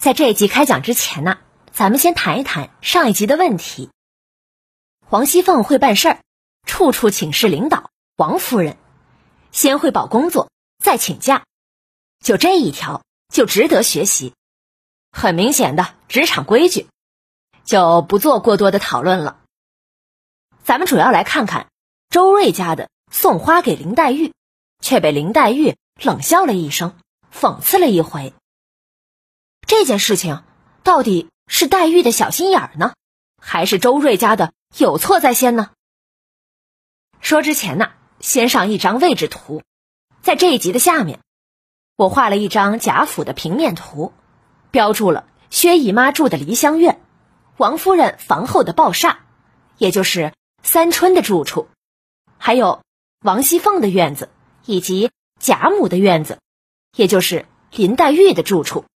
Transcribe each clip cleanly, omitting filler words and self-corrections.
在这一集开讲之前呢，咱们先谈一谈上一集的问题。王熙凤会办事儿，处处请示领导王夫人，先汇报工作，再请假，就这一条就值得学习。很明显的职场规矩，就不做过多的讨论了。咱们主要来看看周瑞家的送花给林黛玉，却被林黛玉冷笑了一声，讽刺了一回。这件事情到底是黛玉的小心眼儿呢，还是周瑞家的有错在先呢？说之前呢，先上一张位置图。在这一集的下面，我画了一张贾府的平面图，标注了薛姨妈住的梨香院，王夫人房后的抱厦，也就是三春的住处，还有王熙凤的院子，以及贾母的院子，也就是林黛玉的住处。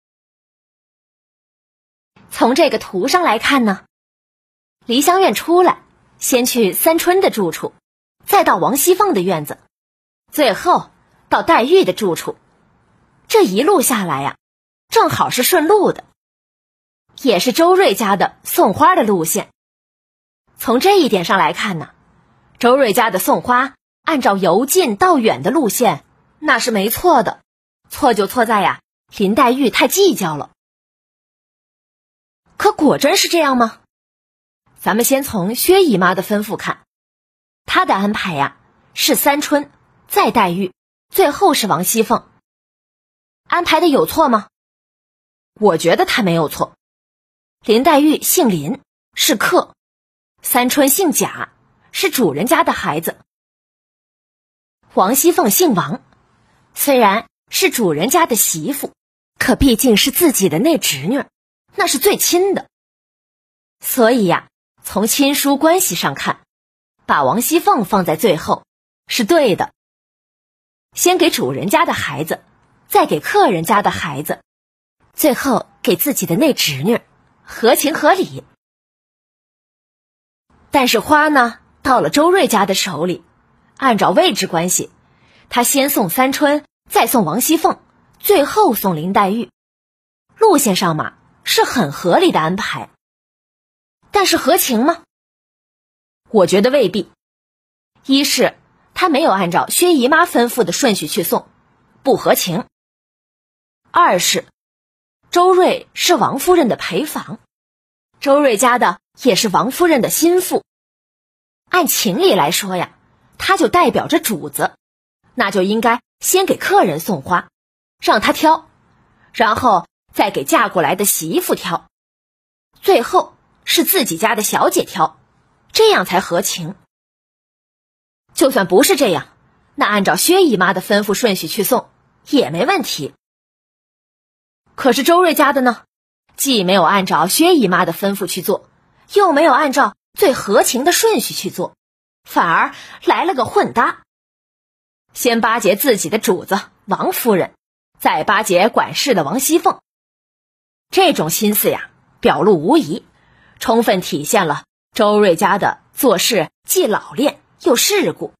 从这个图上来看呢，梨香院出来，先去三春的住处，再到王熙凤的院子，最后到黛玉的住处。这一路下来呀，正好是顺路的，也是周瑞家的送花的路线。从这一点上来看呢，周瑞家的送花按照由近到远的路线，那是没错的，错就错在呀，林黛玉太计较了。可果真是这样吗？咱们先从薛姨妈的吩咐看，她的安排呀，是三春，再黛玉，最后是王熙凤。安排的有错吗？我觉得她没有错。林黛玉姓林，是客；三春姓贾，是主人家的孩子；王熙凤姓王，虽然是主人家的媳妇，可毕竟是自己的内侄女，那是最亲的。所以呀，从亲疏关系上看，把王熙凤放在最后是对的。先给主人家的孩子，再给客人家的孩子，最后给自己的内侄女，合情合理。但是花呢，到了周瑞家的手里，按照位置关系，他先送三春，再送王熙凤，最后送林黛玉。路线上嘛，是很合理的安排。但是合情吗？我觉得未必。一是他没有按照薛姨妈吩咐的顺序去送，不合情。二是周瑞是王夫人的陪房，周瑞家的也是王夫人的心腹，按情理来说呀，他就代表着主子，那就应该先给客人送花，让他挑，然后再给嫁过来的媳妇挑，最后是自己家的小姐挑，这样才合情。就算不是这样，那按照薛姨妈的吩咐顺序去送也没问题。可是周瑞家的呢，既没有按照薛姨妈的吩咐去做，又没有按照最合情的顺序去做，反而来了个混搭。先巴结自己的主子王夫人，再巴结管事的王熙凤。这种心思呀，表露无遗，充分体现了周瑞家的做事既老练又世故。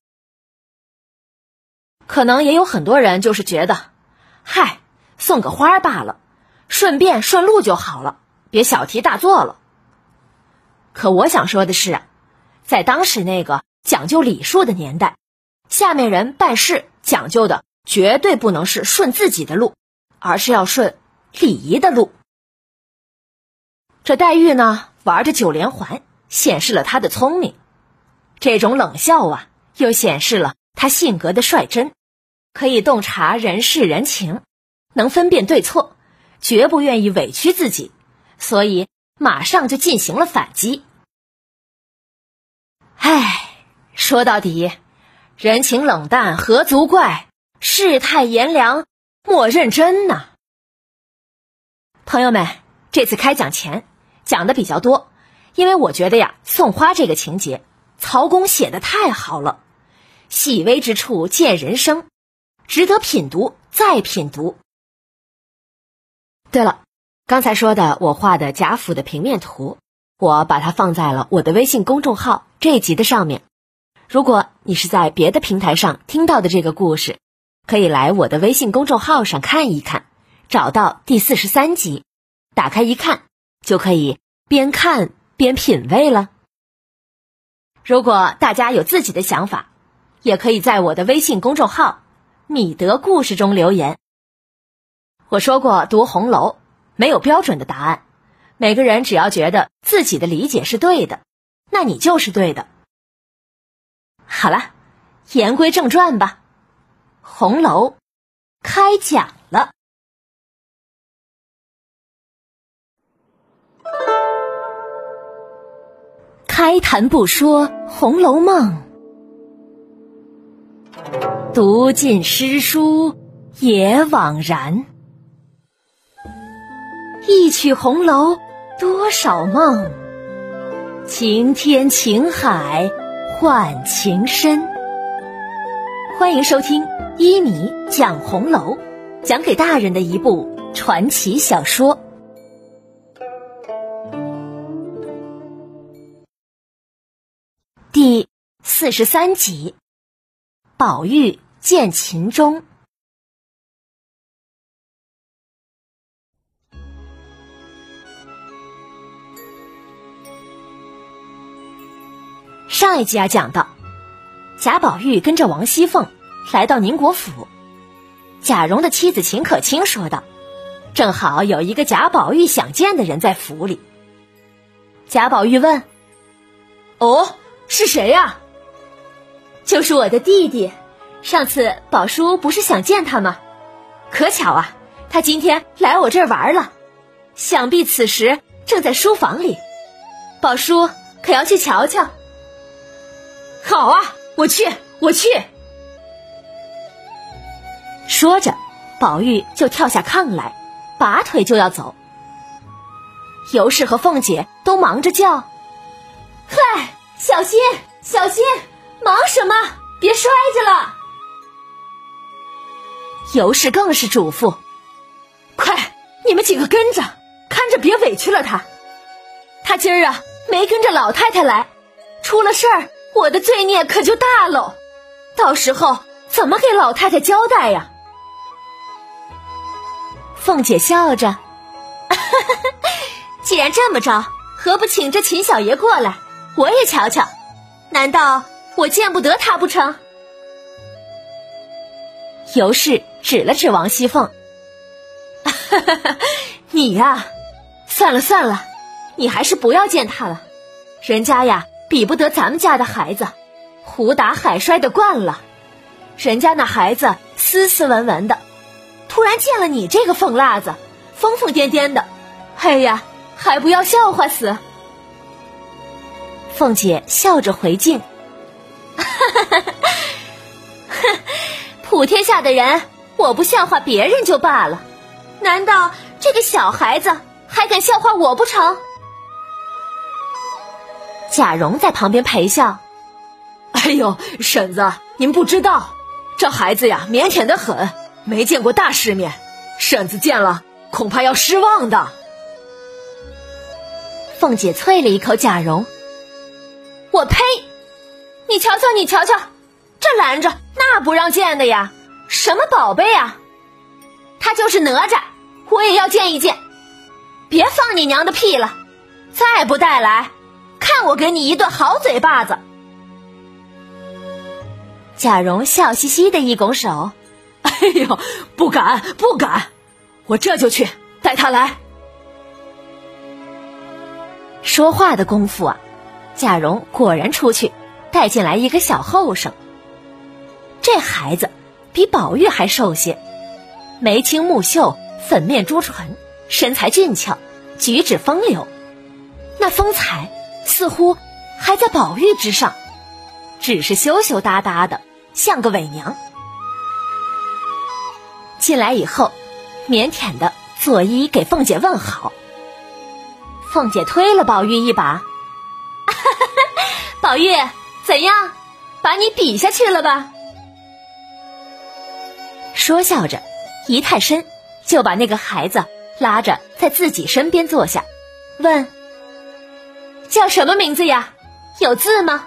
可能也有很多人就是觉得，嗨，送个花罢了，顺便顺路就好了，别小题大做了。可我想说的是啊，在当时那个讲究礼数的年代，下面人办事讲究的绝对不能是顺自己的路，而是要顺礼仪的路。这黛玉呢，玩着九连环，显示了她的聪明。这种冷笑啊，又显示了她性格的率真，可以洞察人事人情，能分辨对错，绝不愿意委屈自己，所以马上就进行了反击。唉，说到底，人情冷淡何足怪，世态炎凉莫认真呐。朋友们，这次开讲前讲的比较多，因为我觉得呀，送花这个情节，曹公写得太好了，细微之处见人生，值得品读再品读。对了，刚才说的我画的贾府的平面图，我把它放在了我的微信公众号这一集的上面。如果你是在别的平台上听到的这个故事，可以来我的微信公众号上看一看，找到第43集打开一看，就可以边看边品味了。如果大家有自己的想法，也可以在我的微信公众号米德故事中留言。我说过读红楼没有标准的答案，每个人只要觉得自己的理解是对的，那你就是对的。好了，言归正传吧，红楼开讲了。开谈不说《红楼梦》，读尽诗书也枉然。一曲红楼多少梦，情天情海换情深。欢迎收听一米讲红楼，讲给大人的一部传奇小说。第43集，宝玉见秦钟。上一集讲到，贾宝玉跟着王熙凤来到宁国府，贾蓉的妻子秦可卿说道，正好有一个贾宝玉想见的人在府里。贾宝玉问，哦，是谁呀？就是我的弟弟，上次宝叔不是想见他吗？可巧啊，他今天来我这儿玩了，想必此时正在书房里，宝叔可要去瞧瞧。好啊，我去。说着，宝玉就跳下炕来，拔腿就要走。尤氏和凤姐都忙着叫，嗨，小心小心，忙什么？别摔着了。尤氏更是嘱咐，快，你们几个跟着，看着别委屈了他。他今儿啊没跟着老太太来，出了事儿我的罪孽可就大喽，到时候怎么给老太太交代呀？凤姐笑着，既然这么着，何不请这秦小爷过来，我也瞧瞧，难道我见不得他不成？尤氏指了指王熙凤，你呀，算了，你还是不要见他了，人家呀比不得咱们家的孩子，胡打海摔的惯了，人家那孩子斯斯文文的，突然见了你这个疯辣子，疯疯癫癫的，哎呀，还不要笑话死。凤姐笑着回敬，普天下的人，我不笑话别人就罢了，难道这个小孩子还敢笑话我不成？贾蓉在旁边陪笑，哎呦，婶子，您不知道，这孩子呀腼腆得很，没见过大世面，婶子见了恐怕要失望的。凤姐啐了一口贾蓉，我呸！你瞧瞧，这拦着那不让见的呀，什么宝贝呀？他就是哪吒，我也要见一见。别放你娘的屁了，再不带来，看我给你一顿好嘴巴子。贾蓉笑嘻嘻的一拱手，哎呦，不敢，我这就去带他来。说话的功夫啊，贾蓉果然出去带进来一个小后生。这孩子比宝玉还瘦些，眉清目秀，粉面朱唇，身材俊俏，举止风流，那风采似乎还在宝玉之上，只是羞羞答答的，像个伪娘。进来以后，腼腆的作揖给凤姐问好。凤姐推了宝玉一把，宝玉怎样，把你比下去了吧？说笑着一探身，就把那个孩子拉着在自己身边坐下，问，叫什么名字呀？有字吗？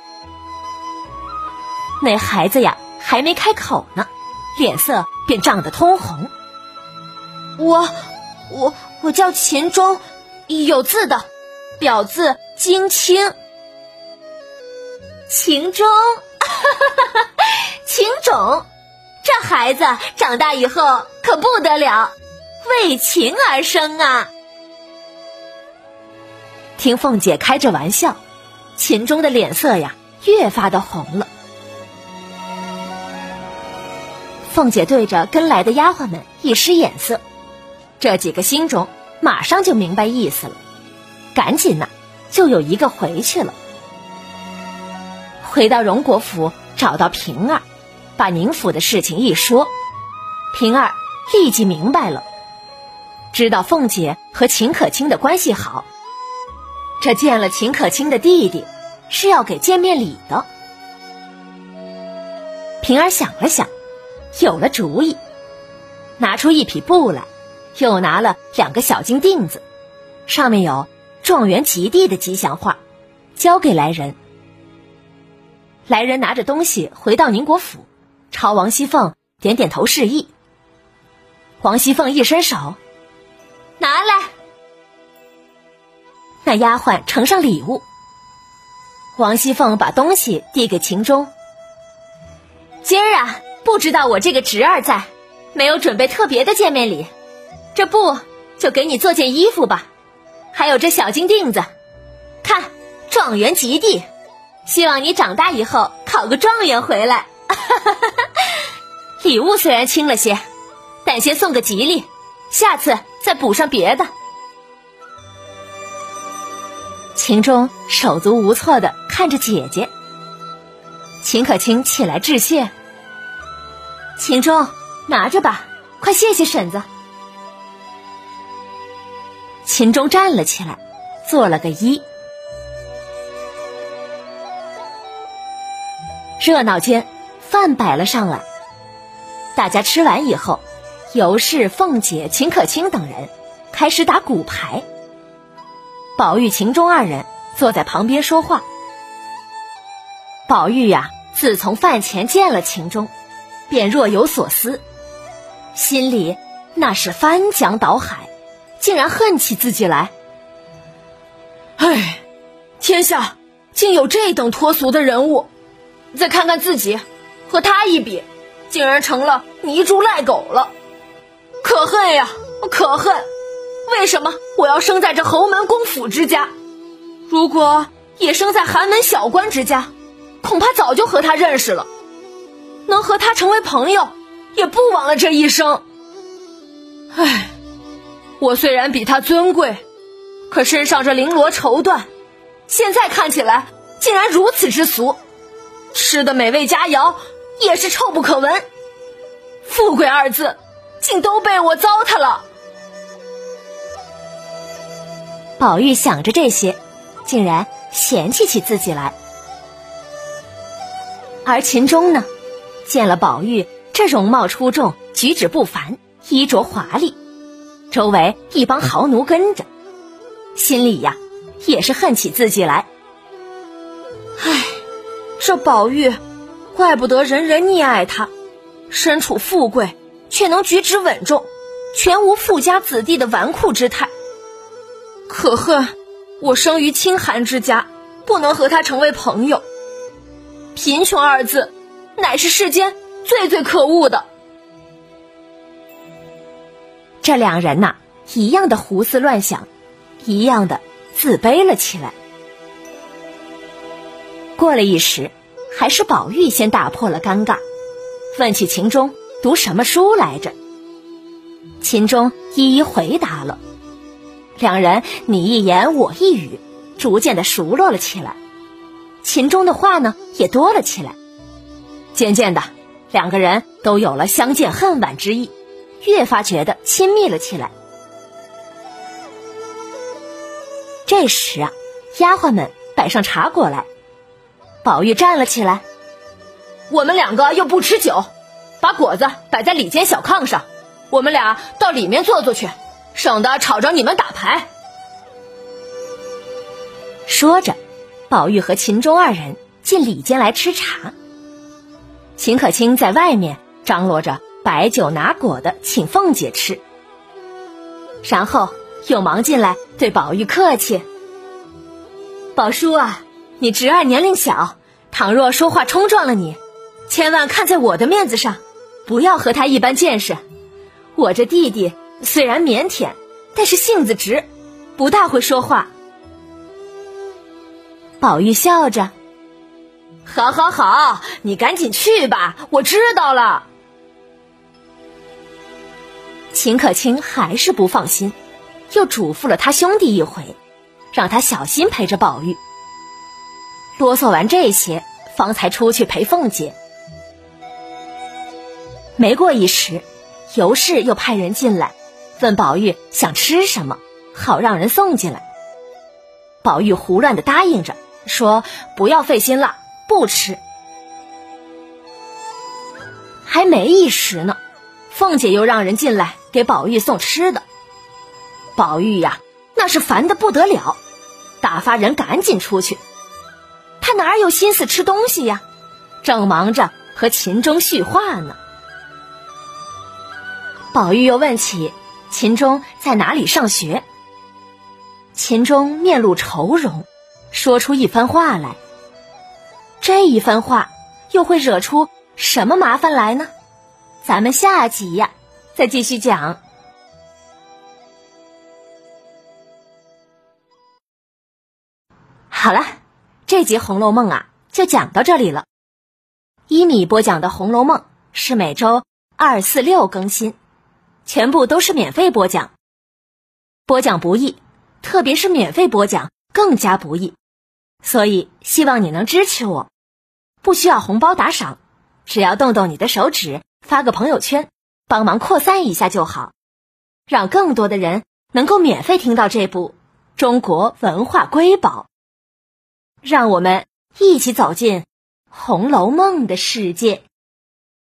那孩子呀还没开口呢，脸色便涨得通红。 我叫秦钟，有字的，表字荆青。秦钟，秦种，这孩子长大以后可不得了，为秦而生啊！听凤姐开着玩笑，秦钟的脸色呀越发的红了。凤姐对着跟来的丫鬟们一使眼色，这几个心中马上就明白意思了，赶紧呢就有一个回去了。回到荣国府，找到平儿，把宁府的事情一说，平儿立即明白了，知道凤姐和秦可卿的关系好，这见了秦可卿的弟弟是要给见面礼的。平儿想了想，有了主意，拿出一匹布来，又拿了2个小金锭子，上面有状元及第的吉祥话，交给来人。来人拿着东西回到宁国府，朝王熙凤点点头示意。王熙凤一伸手，拿来。那丫鬟呈上礼物，王熙凤把东西递给秦钟。今儿啊，不知道我这个侄儿在，没有准备特别的见面礼，这布就给你做件衣服吧，还有这小金锭子，看，状元及第，希望你长大以后考个状元回来。礼物虽然轻了些，但先送个吉利，下次再补上别的。秦钟手足无措地看着姐姐，秦可卿起来致谢。秦钟，拿着吧，快谢谢婶子。秦钟站了起来，做了个揖。热闹间，饭摆了上来，大家吃完以后，尤氏、凤姐、秦可卿等人开始打骨牌。宝玉、秦钟2人坐在旁边说话。宝玉呀，自从饭前见了秦钟，便若有所思，心里那是翻江倒海，竟然恨起自己来。 唉，天下竟有这等脱俗的人物，再看看自己，和他一比，竟然成了泥猪赖狗了。可恨呀，可恨！为什么我要生在这侯门公府之家？如果也生在寒门小官之家，恐怕早就和他认识了，能和他成为朋友，也不枉了这一生。唉，我虽然比他尊贵，可身上这绫罗绸缎，现在看起来竟然如此之俗，吃的美味佳肴也是臭不可闻，富贵2字竟都被我糟蹋了。 宝玉想着这些，竟然嫌弃起自己来。而秦钟呢，见了宝玉这容貌出众，举止不凡，衣着华丽，周围一帮豪奴跟着，心里呀也是恨起自己来。 唉，这宝玉怪不得人人溺爱他，身处富贵却能举止稳重，全无富家子弟的纨绔之态。可恨我生于清寒之家，不能和他成为朋友。贫穷2字乃是世间最最可恶的。 这2人呐，一样的胡思乱想，一样的自卑了起来。过了一时，还是宝玉先打破了尴尬，问起秦钟读什么书来着。秦钟一一回答了，2人你一言我一语，逐渐的熟络了起来。秦钟的话呢也多了起来，渐渐的2个人都有了相见恨晚之意，越发觉得亲密了起来。这时啊，丫鬟们摆上茶果来，宝玉站了起来。 我们2个又不吃酒，把果子摆在里间小炕上，我们俩到里面坐坐去，省得吵着你们打牌。 说着，宝玉和秦钟2人进里间来吃茶。秦可卿在外面张罗着摆酒拿果的请凤姐吃。 然后又忙进来对宝玉客气：“宝叔啊，你侄儿年龄小，倘若说话冲撞了你，千万看在我的面子上，不要和他一般见识。我这弟弟虽然腼腆，但是性子直，不大会说话。”宝玉笑着：“好好好，你赶紧去吧，我知道了。”秦可卿还是不放心，又嘱咐了他兄弟一回，让他小心陪着宝玉。啰嗦完这些，方才出去陪凤姐。没过一时，尤氏又派人进来，问宝玉想吃什么，好让人送进来。宝玉胡乱地答应着，说不要费心了，不吃。还没一时呢，凤姐又让人进来给宝玉送吃的。宝玉呀，那是烦得不得了，打发人赶紧出去。他哪有心思吃东西呀，正忙着和秦钟叙话呢。宝玉又问起秦钟在哪里上学，秦钟面露愁容，说出一番话来。这一番话又会惹出什么麻烦来呢？咱们下集呀，再继续讲。好了，这集《红楼梦》啊，就讲到这里了。一米播讲的《红楼梦》是每周2、4、6更新，全部都是免费播讲。播讲不易，特别是免费播讲更加不易，所以希望你能支持我。不需要红包打赏，只要动动你的手指，发个朋友圈，帮忙扩散一下就好，让更多的人能够免费听到这部中国文化瑰宝。让我们一起走进《红楼梦》的世界。